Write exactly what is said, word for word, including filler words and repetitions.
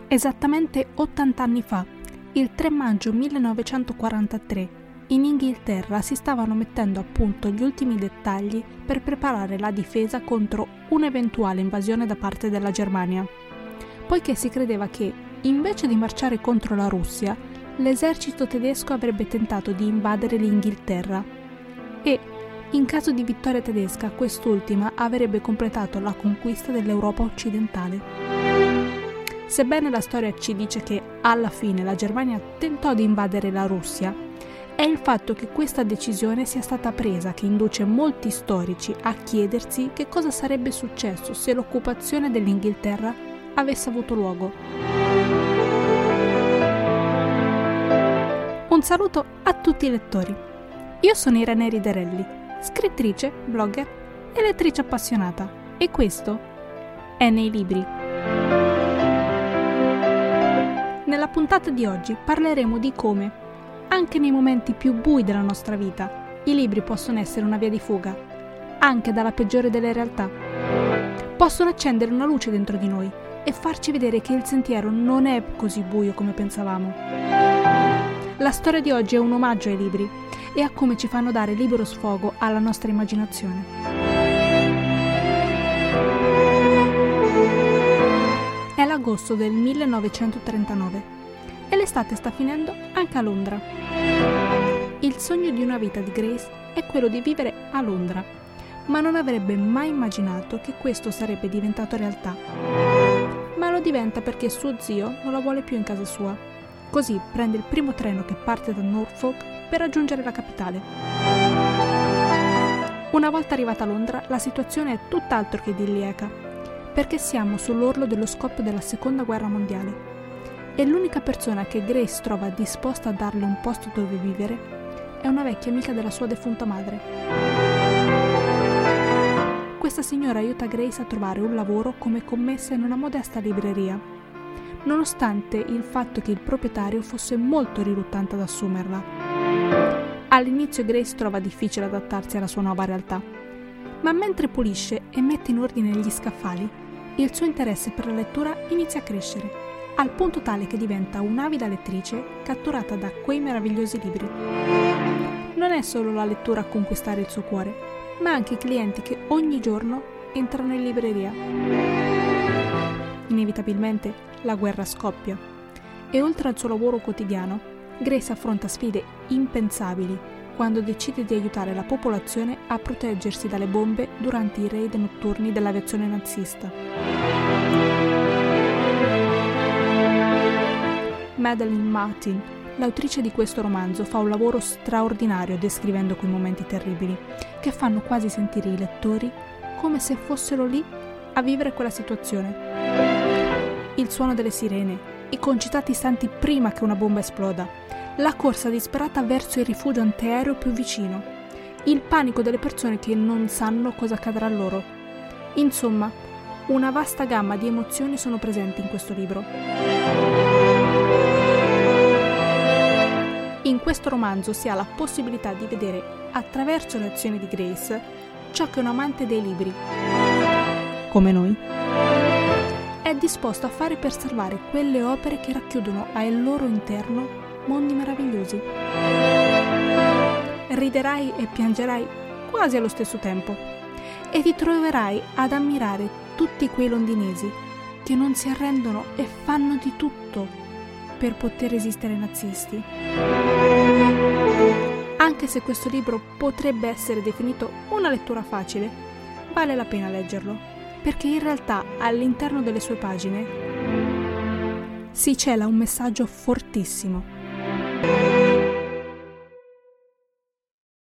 Esattamente ottanta anni fa, il tre maggio millenovecentoquarantatré, in Inghilterra si stavano mettendo a punto gli ultimi dettagli per preparare la difesa contro un'eventuale invasione da parte della Germania, poiché si credeva che, invece di marciare contro la Russia, l'esercito tedesco avrebbe tentato di invadere l'Inghilterra e, in caso di vittoria tedesca, quest'ultima avrebbe completato la conquista dell'Europa occidentale. Sebbene la storia ci dice che alla fine la Germania tentò di invadere la Russia, è il fatto che questa decisione sia stata presa che induce molti storici a chiedersi che cosa sarebbe successo se l'occupazione dell'Inghilterra avesse avuto luogo. Un saluto a tutti i lettori. Io sono Irene Riderelli, scrittrice, blogger e lettrice appassionata, e questo è Nei Libri. Nella puntata di oggi parleremo di come, anche nei momenti più bui della nostra vita, i libri possono essere una via di fuga, anche dalla peggiore delle realtà. Possono accendere una luce dentro di noi e farci vedere che il sentiero non è così buio come pensavamo. La storia di oggi è un omaggio ai libri e a come ci fanno dare libero sfogo alla nostra immaginazione. È l'agosto del millenovecentotrentanove e l'estate sta finendo anche a Londra. Il sogno di una vita di Grace è quello di vivere a Londra, ma non avrebbe mai immaginato che questo sarebbe diventato realtà. Ma lo diventa perché suo zio non la vuole più in casa sua. Così prende il primo treno che parte da Norfolk per raggiungere la capitale. Una volta arrivata a Londra, la situazione è tutt'altro che idilliaca, perché siamo sull'orlo dello scoppio della Seconda Guerra Mondiale. E l'unica persona che Grace trova disposta a darle un posto dove vivere è una vecchia amica della sua defunta madre. Questa signora aiuta Grace a trovare un lavoro come commessa in una modesta libreria, nonostante il fatto che il proprietario fosse molto riluttante ad assumerla. All'inizio Grace trova difficile adattarsi alla sua nuova realtà, ma mentre pulisce e mette in ordine gli scaffali, il suo interesse per la lettura inizia a crescere, al punto tale che diventa un'avida lettrice catturata da quei meravigliosi libri. Non è solo la lettura a conquistare il suo cuore, ma anche i clienti che ogni giorno entrano in libreria. Inevitabilmente la guerra scoppia e oltre al suo lavoro quotidiano, Grace affronta sfide impensabili quando decide di aiutare la popolazione a proteggersi dalle bombe durante i raid notturni dell'aviazione nazista. Madeleine Martin, l'autrice di questo romanzo, fa un lavoro straordinario descrivendo quei momenti terribili, che fanno quasi sentire i lettori come se fossero lì a vivere quella situazione. Il suono delle sirene, i concitati istanti prima che una bomba esploda, la corsa disperata verso il rifugio antiaereo più vicino, il panico delle persone che non sanno cosa accadrà loro. Insomma, una vasta gamma di emozioni sono presenti in questo libro. In questo romanzo si ha la possibilità di vedere, attraverso le azioni di Grace, ciò che un amante dei libri, come noi, è disposto a fare per salvare quelle opere che racchiudono al loro interno mondi meravigliosi. Riderai e piangerai quasi allo stesso tempo e ti troverai ad ammirare tutti quei londinesi che non si arrendono e fanno di tutto per poter resistere ai nazisti. Anche se questo libro potrebbe essere definito una lettura facile, vale la pena leggerlo, perché in realtà all'interno delle sue pagine si cela un messaggio fortissimo.